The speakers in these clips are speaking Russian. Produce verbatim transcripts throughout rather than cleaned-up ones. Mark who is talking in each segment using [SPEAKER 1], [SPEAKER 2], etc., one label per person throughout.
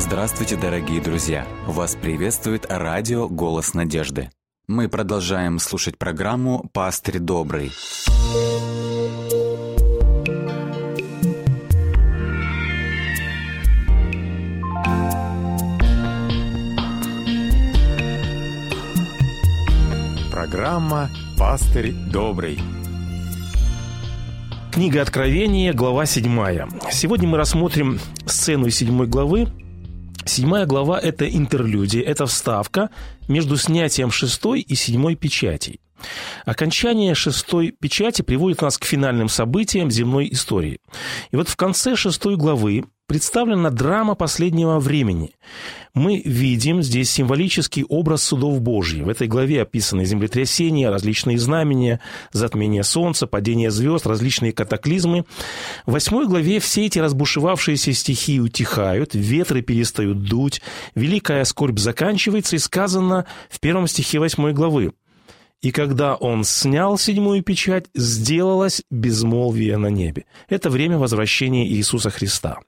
[SPEAKER 1] Здравствуйте, дорогие друзья! Вас приветствует радио «Голос надежды». Мы продолжаем слушать программу «Пастырь добрый».
[SPEAKER 2] Программа «Пастырь добрый».
[SPEAKER 3] Книга Откровения, глава седьмая. Сегодня мы рассмотрим сцену из седьмой главы. Седьмая глава – это интерлюдия, это вставка между снятием шестой и седьмой печатей. Окончание шестой печати приводит нас к финальным событиям земной истории. И вот в конце шестой главы представлена драма последнего времени. Мы видим здесь символический образ судов Божьих. В этой главе описаны землетрясения, различные знамения, затмение солнца, падение звезд, различные катаклизмы. В восьмой главе все эти разбушевавшиеся стихии утихают, ветры перестают дуть, великая скорбь заканчивается, и сказано в первом стихе восьмой главы: «И когда он снял седьмую печать, сделалось безмолвие на небе». Это время возвращения Иисуса Христа.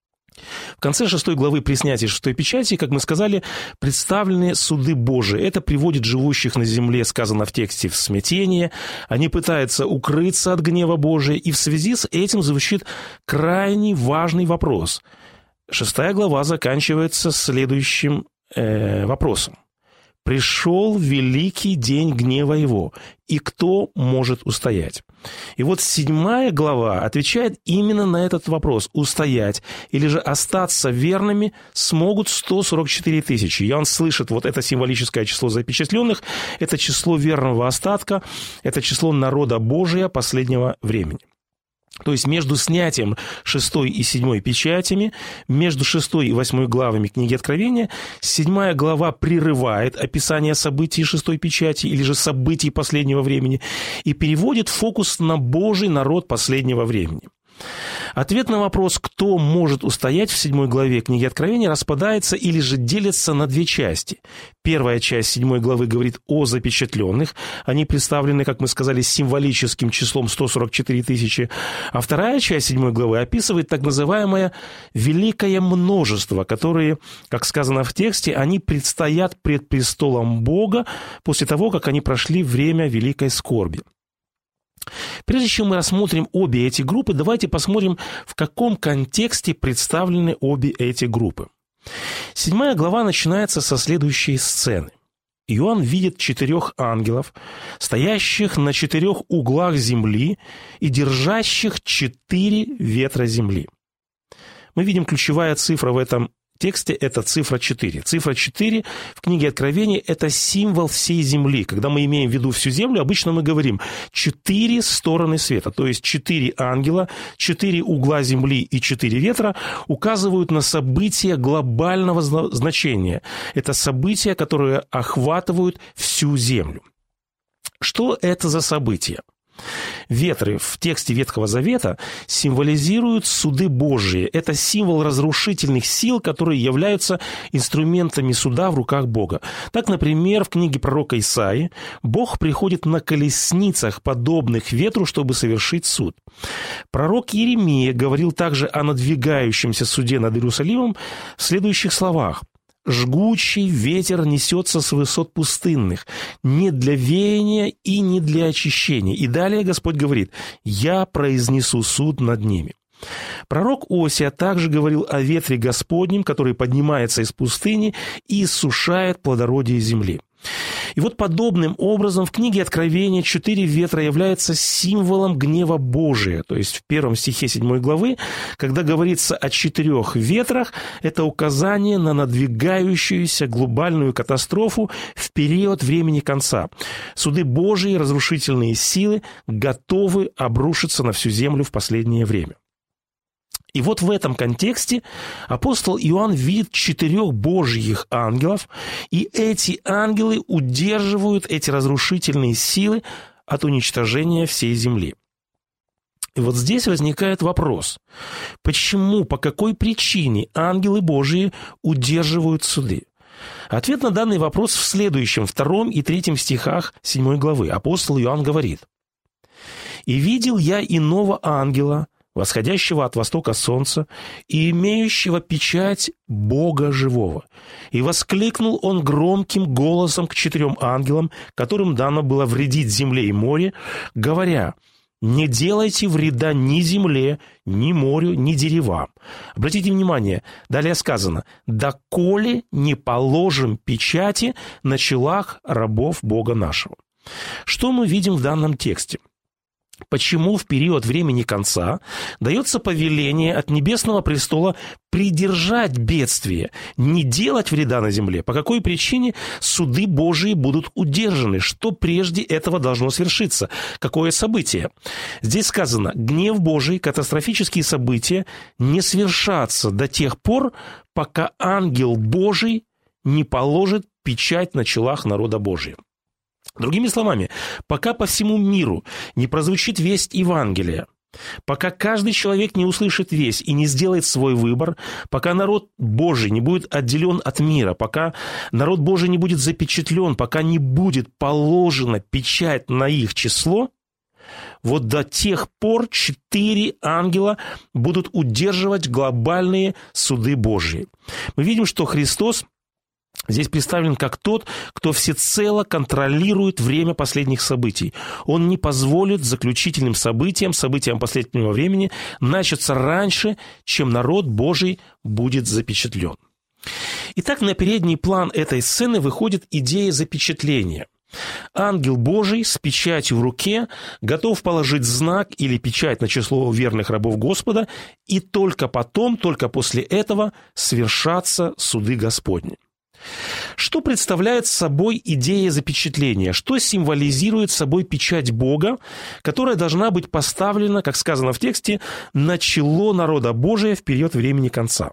[SPEAKER 3] В конце шестой главы при снятии шестой печати, как мы сказали, представлены суды Божии. Это приводит живущих на земле, сказано в тексте, в смятение. Они пытаются укрыться от гнева Божия, и в связи с этим звучит крайне важный вопрос. Шестая глава заканчивается следующим э, вопросом. «Пришел великий день гнева его, и кто может устоять?» И вот седьмая глава отвечает именно на этот вопрос. Устоять или же остаться верными смогут сто сорок четыре тысячи. Иоанн слышит вот это символическое число запечатленных, это число верного остатка, это число народа Божия последнего времени. То есть между снятием шестой и седьмой печатями, между шестой и восьмой главами книги Откровения, седьмая глава прерывает описание событий шестой печати или же событий последнего времени и переводит фокус на Божий народ последнего времени. Ответ на вопрос, кто может устоять, в седьмой главе книги Откровения распадается или же делится на две части. Первая часть седьмой главы говорит о запечатленных. Они представлены, как мы сказали, символическим числом сто сорок четыре тысячи. А вторая часть седьмой главы описывает так называемое «великое множество», которые, как сказано в тексте, они предстоят пред престолом Бога после того, как они прошли время великой скорби. Прежде чем мы рассмотрим обе эти группы, давайте посмотрим, в каком контексте представлены обе эти группы. Седьмая глава начинается со следующей сцены. Иоанн видит четырех ангелов, стоящих на четырех углах земли и держащих четыре ветра земли. Мы видим, ключевая цифра в этом тексте – это цифра четыре. Цифра четыре в книге Откровения – это символ всей земли. Когда мы имеем в виду всю землю, обычно мы говорим четыре стороны света, то есть четыре ангела, четыре угла земли и четыре ветра указывают на события глобального значения. Это события, которые охватывают всю землю. Что это за события? Ветры в тексте Ветхого Завета символизируют суды Божии. Это символ разрушительных сил, которые являются инструментами суда в руках Бога. Так, например, в книге пророка Исаии Бог приходит на колесницах, подобных ветру, чтобы совершить суд. Пророк Иеремия говорил также о надвигающемся суде над Иерусалимом в следующих словах. «Жгучий ветер несется с высот пустынных, не для веяния и не для очищения». И далее Господь говорит: «Я произнесу суд над ними». Пророк Осия также говорил о ветре Господнем, который поднимается из пустыни и иссушает плодородие земли. И вот подобным образом в книге Откровения четыре ветра являются символом гнева Божия. То есть в первом стихе седьмой главы, когда говорится о четырех ветрах, это указание на надвигающуюся глобальную катастрофу в период времени конца. Суды Божии, разрушительные силы готовы обрушиться на всю землю в последнее время. И вот в этом контексте апостол Иоанн видит четырех божьих ангелов, и эти ангелы удерживают эти разрушительные силы от уничтожения всей земли. И вот здесь возникает вопрос, почему, по какой причине ангелы Божьи удерживают суды? Ответ на данный вопрос в следующем, втором и третьем стихах седьмой главы. Апостол Иоанн говорит: «И видел я иного ангела, восходящего от востока солнца и имеющего печать Бога живого. И воскликнул он громким голосом к четырем ангелам, которым дано было вредить земле и море, говоря: «Не делайте вреда ни земле, ни морю, ни деревам». Обратите внимание, далее сказано: «Доколе не положим печати на челах рабов Бога нашего». Что мы видим в данном тексте? Почему в период времени конца дается повеление от небесного престола придержать бедствие, не делать вреда на земле? По какой причине суды Божии будут удержаны? Что прежде этого должно свершиться? Какое событие? Здесь сказано: гнев Божий, катастрофические события не свершатся до тех пор, пока ангел Божий не положит печать на челах народа Божия. Другими словами, пока по всему миру не прозвучит весть Евангелия, пока каждый человек не услышит весть и не сделает свой выбор, пока народ Божий не будет отделен от мира, пока народ Божий не будет запечатлен, пока не будет положена печать на их число, вот до тех пор четыре ангела будут удерживать глобальные суды Божьи. Мы видим, что Христос здесь представлен как тот, кто всецело контролирует время последних событий. Он не позволит заключительным событиям, событиям последнего времени начаться раньше, чем народ Божий будет запечатлен. Итак, на передний план этой сцены выходит идея запечатления. Ангел Божий с печатью в руке готов положить знак или печать на число верных рабов Господа, и только потом, только после этого свершатся суды Господни. Что представляет собой идея запечатления? Что символизирует собой печать Бога, которая должна быть поставлена, как сказано в тексте, на чело народа Божия в период времени конца?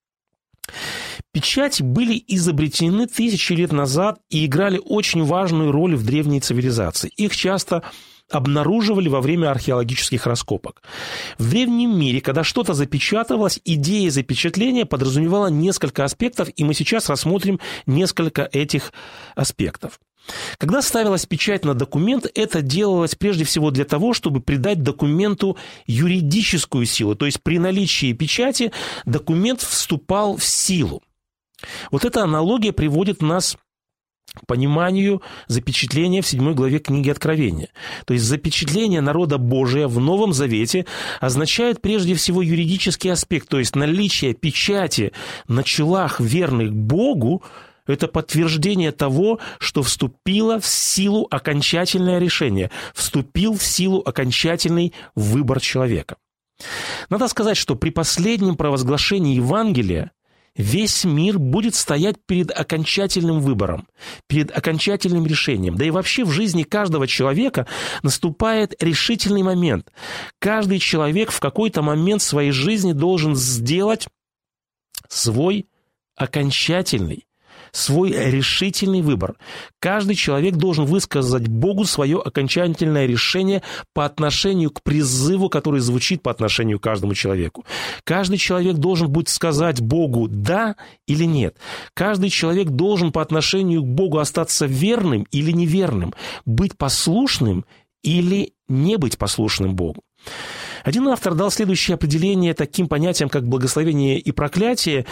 [SPEAKER 3] Печати были изобретены тысячи лет назад и играли очень важную роль в древней цивилизации. Их часто обнаруживали во время археологических раскопок. В древнем мире, когда что-то запечатывалось, идея запечатления подразумевала несколько аспектов, и мы сейчас рассмотрим несколько этих аспектов. Когда ставилась печать на документ, это делалось прежде всего для того, чтобы придать документу юридическую силу, то есть при наличии печати документ вступал в силу. Вот эта аналогия приводит нас к пониманию запечатления в седьмой главе книги Откровения. То есть запечатление народа Божия в Новом Завете означает прежде всего юридический аспект, то есть наличие печати на челах верных Богу. Это подтверждение того, что вступило в силу окончательное решение, вступил в силу окончательный выбор человека. Надо сказать, что при последнем провозглашении Евангелия весь мир будет стоять перед окончательным выбором, перед окончательным решением. Да и вообще в жизни каждого человека наступает решительный момент. Каждый человек в какой-то момент своей жизни должен сделать свой окончательный, свой решительный выбор. Каждый человек должен высказать Богу свое окончательное решение по отношению к призыву, который звучит по отношению к каждому человеку. Каждый человек должен будет сказать Богу «да» или «нет». Каждый человек должен по отношению к Богу остаться верным или неверным, быть послушным или не быть послушным Богу. Один автор дал следующее определение таким понятиям, как благословение и проклятие,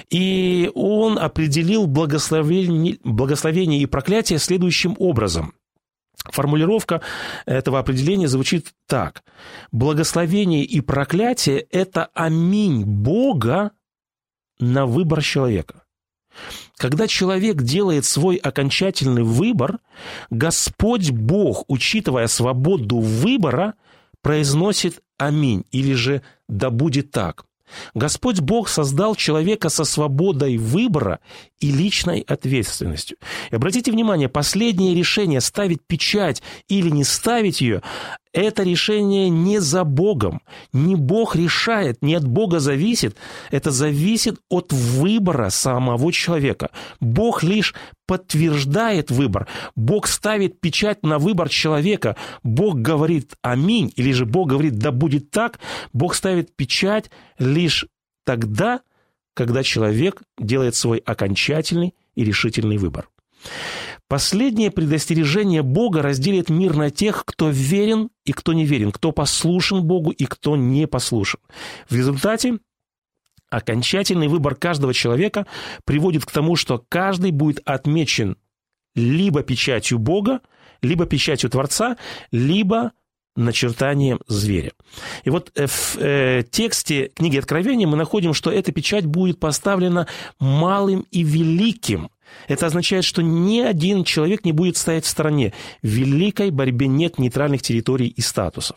[SPEAKER 3] и он определил благословение, благословение и проклятие следующим образом. Формулировка этого определения звучит так. Благословение и проклятие – это аминь Бога на выбор человека. Когда человек делает свой окончательный выбор, Господь Бог, учитывая свободу выбора, произносит «Аминь» или же «Да будет так». Господь Бог создал человека со свободой выбора и личной ответственностью. И обратите внимание, последнее решение ставить печать или не ставить ее – это решение не за Богом. Не Бог решает, не от Бога зависит. Это зависит от выбора самого человека. Бог лишь подтверждает выбор. Бог ставит печать на выбор человека. Бог говорит «Аминь» или же Бог говорит «Да будет так». Бог ставит печать лишь тогда, когда человек делает свой окончательный и решительный выбор. Последнее предостережение Бога разделит мир на тех, кто верен и кто не верен, кто послушен Богу и кто не послушен. В результате окончательный выбор каждого человека приводит к тому, что каждый будет отмечен либо печатью Бога, либо печатью Творца, либо начертанием зверя. И вот в э, тексте книги Откровения мы находим, что эта печать будет поставлена малым и великим. Это означает, что ни один человек не будет стоять в стороне. В великой борьбе нет нейтральных территорий и статусов.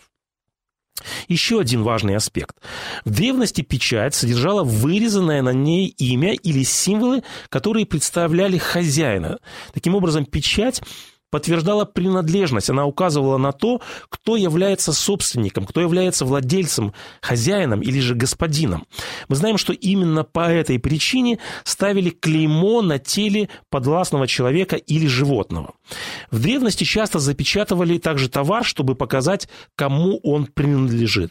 [SPEAKER 3] Еще один важный аспект. В древности печать содержала вырезанное на ней имя или символы, которые представляли хозяина. Таким образом, печать подтверждала принадлежность, она указывала на то, кто является собственником, кто является владельцем, хозяином или же господином. Мы знаем, что именно по этой причине ставили клеймо на теле подвластного человека или животного. В древности часто запечатывали также товар, чтобы показать, кому он принадлежит.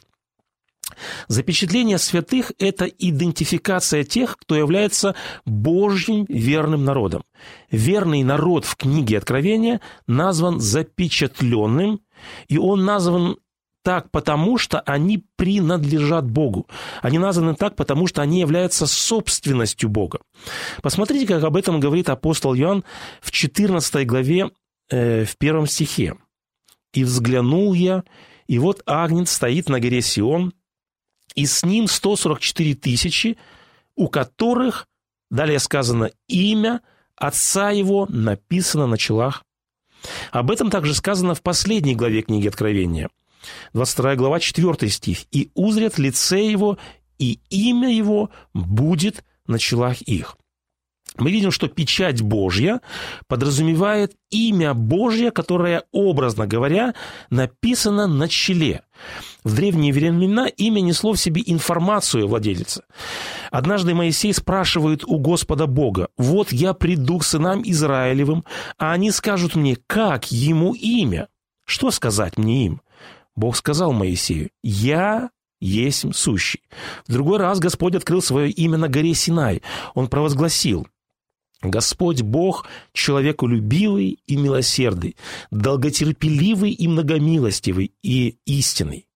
[SPEAKER 3] Запечатление святых – это идентификация тех, кто является Божьим верным народом. Верный народ в книге Откровения назван запечатленным, и он назван так потому, что они принадлежат Богу. Они названы так, потому что они являются собственностью Бога. Посмотрите, как об этом говорит апостол Иоанн в четырнадцатой главе, э, в первом стихе. «И взглянул я, и вот Агнец стоит на горе Сион, и с ним сто сорок четыре тысячи, у которых, далее сказано, имя Отца Его написано на челах». Об этом также сказано в последней главе книги Откровения. двадцать вторая глава, четвёртый стих. «И узрят лице Его, и имя Его будет на челах их». Мы видим, что печать Божья подразумевает имя Божье, которое, образно говоря, написано на челе. В древние времена имя несло в себе информацию владельца. Однажды Моисей спрашивает у Господа Бога: «Вот я приду к сынам Израилевым, а они скажут мне, как ему имя? Что сказать мне им?» Бог сказал Моисею: «Я есть сущий». В другой раз Господь открыл свое имя на горе Синай. Он провозгласил: «Господь Бог человеколюбивый и милосердный, долготерпеливый и многомилостивый и истинный».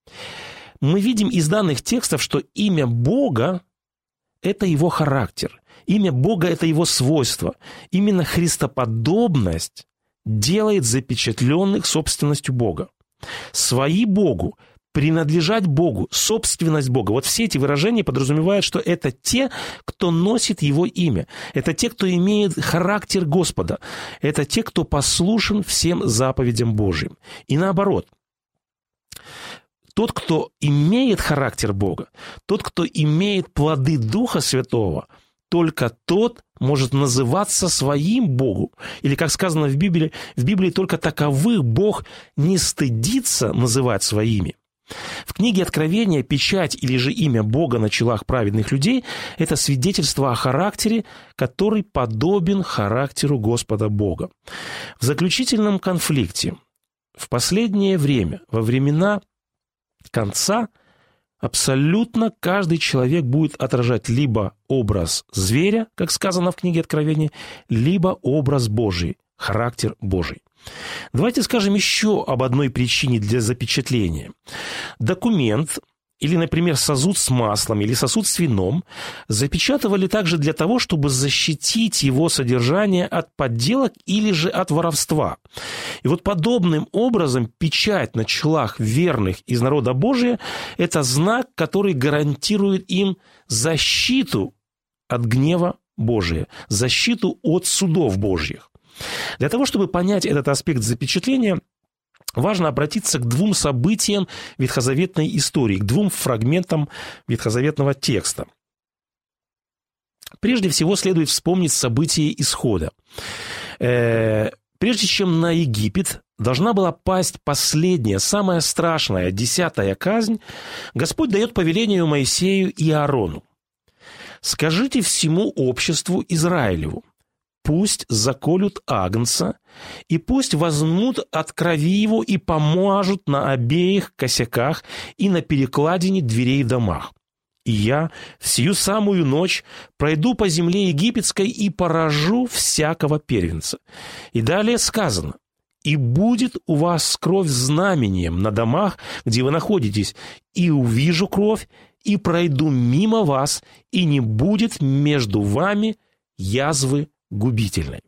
[SPEAKER 3] Мы видим из данных текстов, что имя Бога – это его характер. Имя Бога – это его свойство. Именно христоподобность делает запечатленных собственностью Бога. Свои Богу, принадлежать Богу, собственность Бога. Вот все эти выражения подразумевают, что это те, кто носит Его имя. Это те, кто имеет характер Господа. Это те, кто послушен всем заповедям Божьим. И наоборот, тот, кто имеет характер Бога, тот, кто имеет плоды Духа Святого, только тот может называться своим Богом. Или, как сказано в Библии, в Библии только таковых Бог не стыдится называть своими. В книге Откровения печать или же имя Бога на челах праведных людей – это свидетельство о характере, который подобен характеру Господа Бога. В заключительном конфликте в последнее время, во времена конца, абсолютно каждый человек будет отражать либо образ зверя, как сказано в книге Откровения, либо образ Божий, характер Божий. Давайте скажем еще об одной причине для запечатления. Документ или, например, сосуд с маслом или сосуд с вином запечатывали также для того, чтобы защитить его содержание от подделок или же от воровства. И вот подобным образом печать на челах верных из народа Божия – это знак, который гарантирует им защиту от гнева Божия, защиту от судов Божьих. Для того, чтобы понять этот аспект запечатления, важно обратиться к двум событиям ветхозаветной истории, к двум фрагментам ветхозаветного текста. Прежде всего, следует вспомнить события исхода. Прежде чем на Египет должна была пасть последняя, самая страшная, десятая казнь, Господь дает повеление Моисею и Аарону: «Скажите всему обществу Израилеву: пусть заколют агнца, и пусть возьмут от крови его и помажут на обеих косяках и на перекладине дверей в домах. и я в сию самую ночь пройду по земле египетской и поражу всякого первенца». И далее сказано: «И будет у вас кровь знамением на домах, где вы находитесь, и увижу кровь, и пройду мимо вас, и не будет между вами язвы губительной».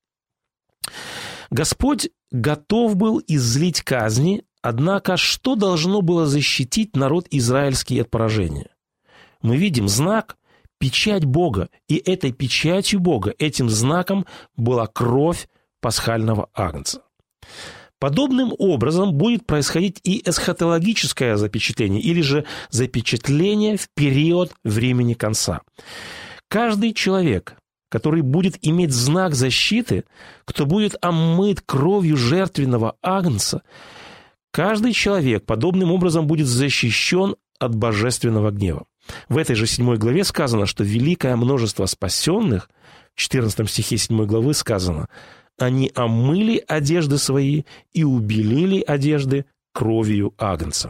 [SPEAKER 3] Господь готов был излить казни, однако что должно было защитить народ израильский от поражения? Мы видим знак, печать Бога, и этой печатью Бога, этим знаком была кровь пасхального агнца. Подобным образом будет происходить и эсхатологическое запечатление, или же запечатление в период времени конца. Каждый человек, который будет иметь знак защиты, кто будет омыт кровью жертвенного агнца, каждый человек подобным образом будет защищен от божественного гнева. В этой же седьмой главе сказано, что великое множество спасенных, в четырнадцатом стихе седьмой главы сказано: «Они омыли одежды свои и убелили одежды кровью агнца».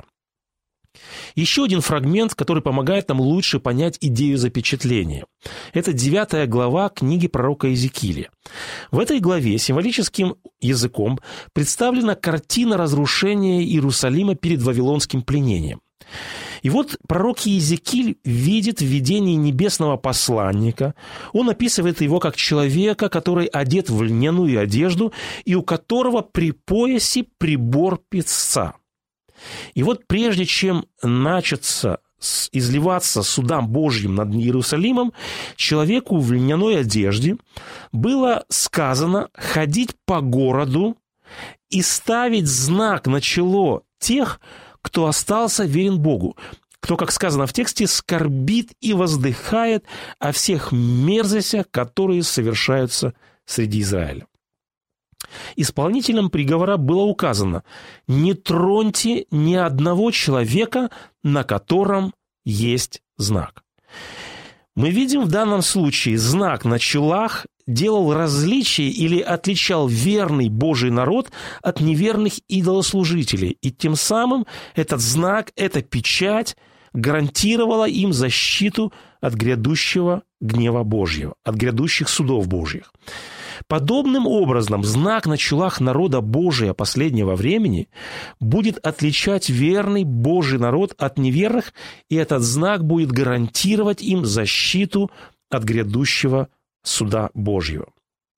[SPEAKER 3] Еще один фрагмент, который помогает нам лучше понять идею запечатления. Это девятая глава книги пророка Иезекииля. В этой главе символическим языком представлена картина разрушения Иерусалима перед вавилонским пленением. И вот пророк Иезекииль видит в видении небесного посланника. Он описывает его как человека, который одет в льняную одежду и у которого при поясе прибор песца. И вот прежде чем начаться изливаться судам Божьим над Иерусалимом, человеку в льняной одежде было сказано ходить по городу и ставить знак на чело тех, кто остался верен Богу, кто, как сказано в тексте, скорбит и воздыхает о всех мерзостях, которые совершаются среди Израиля. Исполнителям приговора было указано: не троньте ни одного человека, на котором есть знак. Мы видим в данном случае, знак на челах делал различие или отличал верный Божий народ от неверных идолослужителей, и тем самым этот знак, эта печать гарантировала им защиту от грядущего гнева Божьего, от грядущих судов Божьих. Подобным образом знак на челах народа Божия последнего времени будет отличать верный Божий народ от неверных, и этот знак будет гарантировать им защиту от грядущего суда Божьего.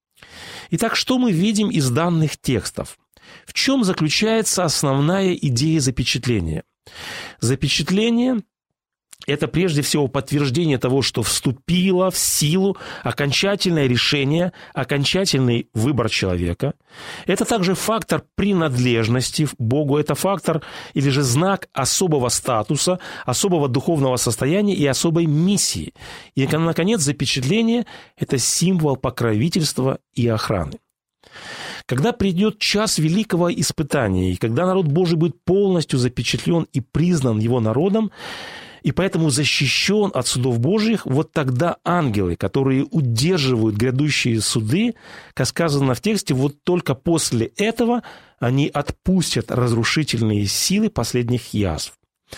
[SPEAKER 3] Итак, что мы видим из данных текстов? В чем заключается основная идея запечатления? Запечатление – это прежде всего подтверждение того, что вступило в силу окончательное решение, окончательный выбор человека. Это также фактор принадлежности Богу, это фактор или же знак особого статуса, особого духовного состояния и особой миссии. И, наконец, запечатление – это символ покровительства и охраны. Когда придет час великого испытания, и когда народ Божий будет полностью запечатлен и признан его народом, и поэтому защищен от судов Божьих, вот тогда ангелы, которые удерживают грядущие суды, как сказано в тексте, вот только после этого они отпустят разрушительные силы последних язв.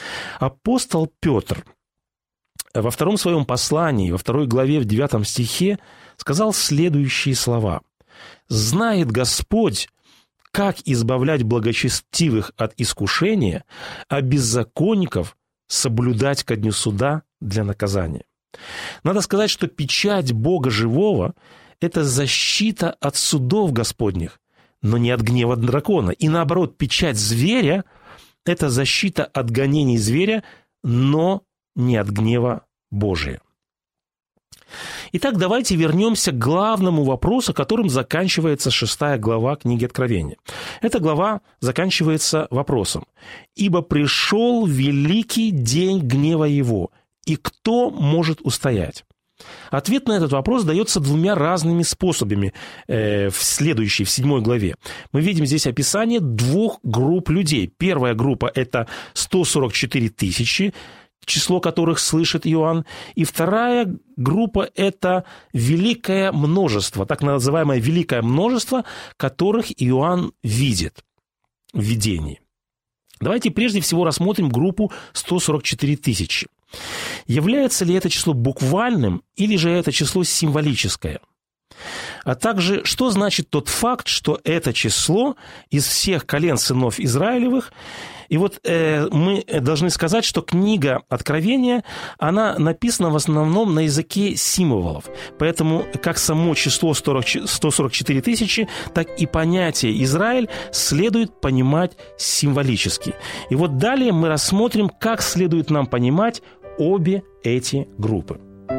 [SPEAKER 3] Апостол Петр во втором своем послании, во второй главе, в девятом стихе, сказал следующие слова: «Знает Господь, как избавлять благочестивых от искушения, а беззаконников соблюдать ко дню суда для наказания». Надо сказать, что печать Бога живого – это защита от судов Господних, но не от гнева дракона. И наоборот, печать зверя – это защита от гонений зверя, но не от гнева Божия. Итак, давайте вернемся к главному вопросу, которым заканчивается шестая глава книги Откровения. Эта глава заканчивается вопросом: «Ибо пришел великий день гнева его, и кто может устоять?» Ответ на этот вопрос дается двумя разными способами э, в следующей, в седьмой главе. Мы видим здесь описание двух групп людей. Первая группа – это сто сорок четыре тысячи, число которых слышит Иоанн. И вторая группа – это великое множество, так называемое великое множество, которых Иоанн видит в видении. Давайте прежде всего рассмотрим группу сто сорок четыре тысячи. Является ли это число буквальным или же это число символическое? А также, что значит тот факт, что это число из всех колен сынов Израилевых. И вот э, мы должны сказать, что книга Откровения, она написана в основном на языке символов. Поэтому как само число сто сорок четыре тысячи, так и понятие Израиль следует понимать символически. И вот далее мы рассмотрим, как следует нам понимать обе эти группы.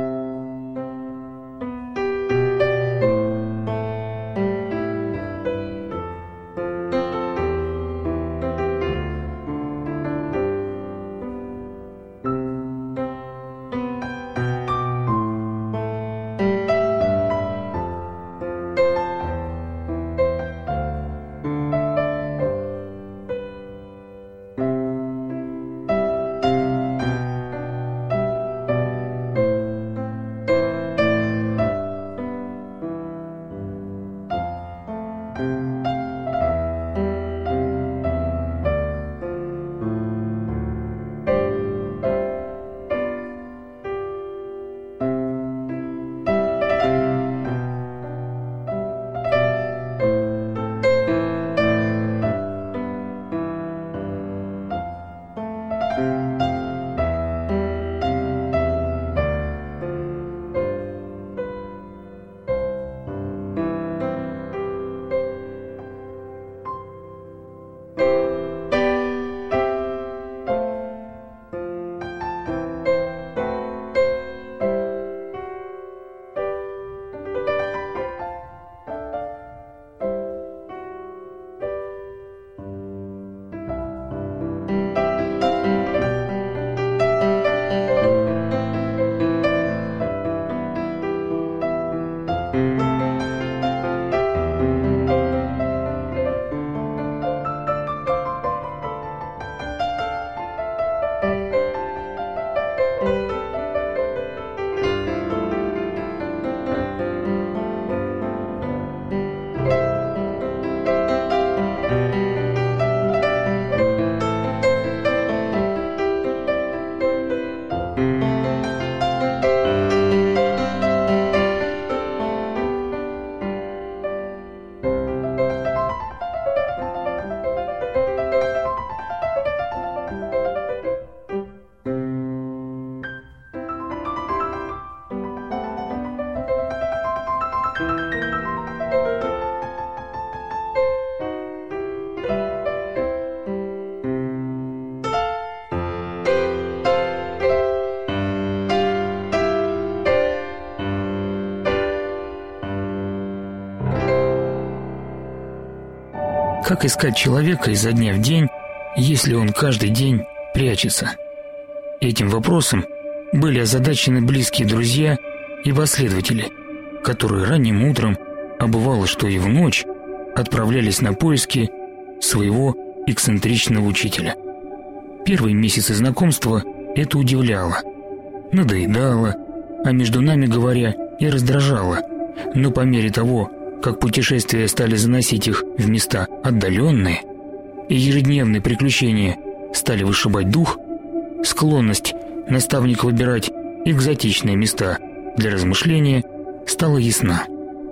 [SPEAKER 4] Как искать человека изо дня в день, если он каждый день прячется? Этим вопросом были озадачены близкие друзья и последователи, которые ранним утром, а бывало, что и в ночь, отправлялись на поиски своего эксцентричного учителя. Первые месяцы знакомства это удивляло, надоедало, а между нами говоря и раздражало. Но по мере того, как путешествия стали заносить их в места отдаленные, и ежедневные приключения стали вышибать дух, склонность наставника выбирать экзотичные места для размышления стала ясна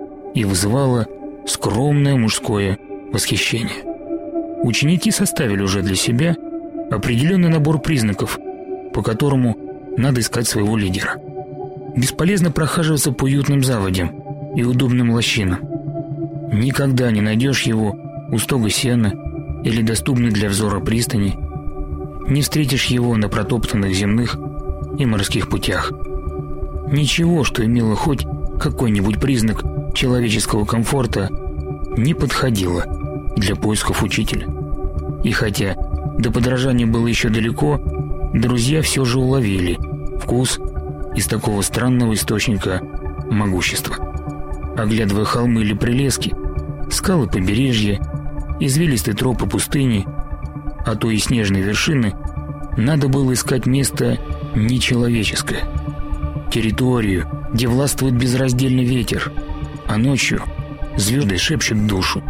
[SPEAKER 4] и вызывала скромное мужское восхищение. Ученики составили уже для себя определенный набор признаков, по которому надо искать своего лидера. Бесполезно прохаживаться по уютным заводям и удобным лощинам. Никогда не найдешь его у стога сена или доступной для взора пристани. Не встретишь его на протоптанных земных и морских путях. Ничего, что имело хоть какой-нибудь признак человеческого комфорта, не подходило для поисков учителя. И хотя до подражания было еще далеко, друзья все же уловили вкус из такого странного источника могущества. Оглядывая холмы или прелески, скалы побережья, извилистые тропы пустыни, а то и снежные вершины, надо было искать место нечеловеческое, территорию, где властвует безраздельный ветер, а ночью звезды шепчут душу,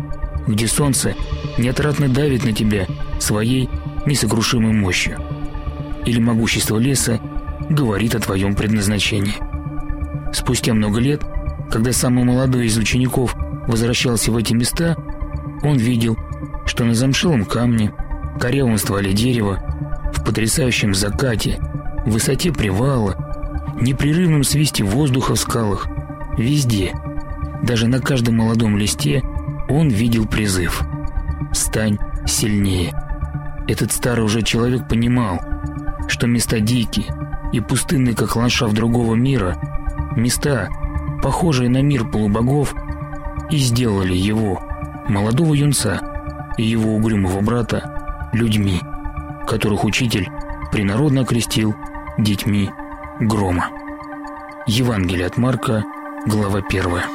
[SPEAKER 4] где солнце неотратно давит на тебя своей несокрушимой мощью, или могущество леса говорит о твоем предназначении. Спустя много лет, когда самый молодой из учеников возвращался в эти места, он видел, что на замшелом камне, корявом стволе дерева, в потрясающем закате, в высоте привала, непрерывном свисте воздуха в скалах, везде, даже на каждом молодом листе, он видел призыв: «Стань сильнее». Этот старый уже человек понимал, что места дикие и пустынные, как ландшафт другого мира, места, похожие на мир полубогов, и сделали его, молодого юнца, и его угрюмого брата, людьми, которых учитель принародно окрестил детьми грома. Евангелие от Марка, глава первая.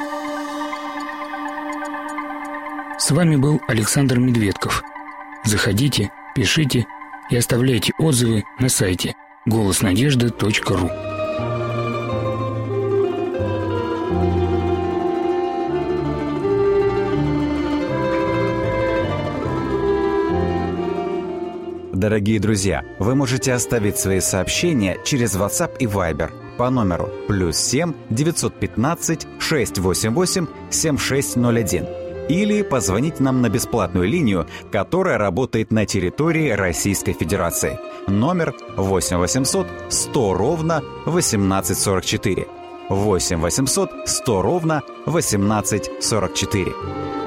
[SPEAKER 4] С вами был Александр Медведков. Заходите, пишите и оставляйте отзывы на сайте голос надежды точка ру.
[SPEAKER 1] Дорогие друзья, вы можете оставить свои сообщения через WhatsApp и Viber по номеру плюс семь девятьсот пятнадцать шестьсот восемьдесят восемь семьдесят шесть ноль один или позвонить нам на бесплатную линию, которая работает на территории Российской Федерации. Номер восемь восемьсот сто ровно восемнадцать сорок четыре. восемь восемьсот сто ровно восемнадцать сорок четыре.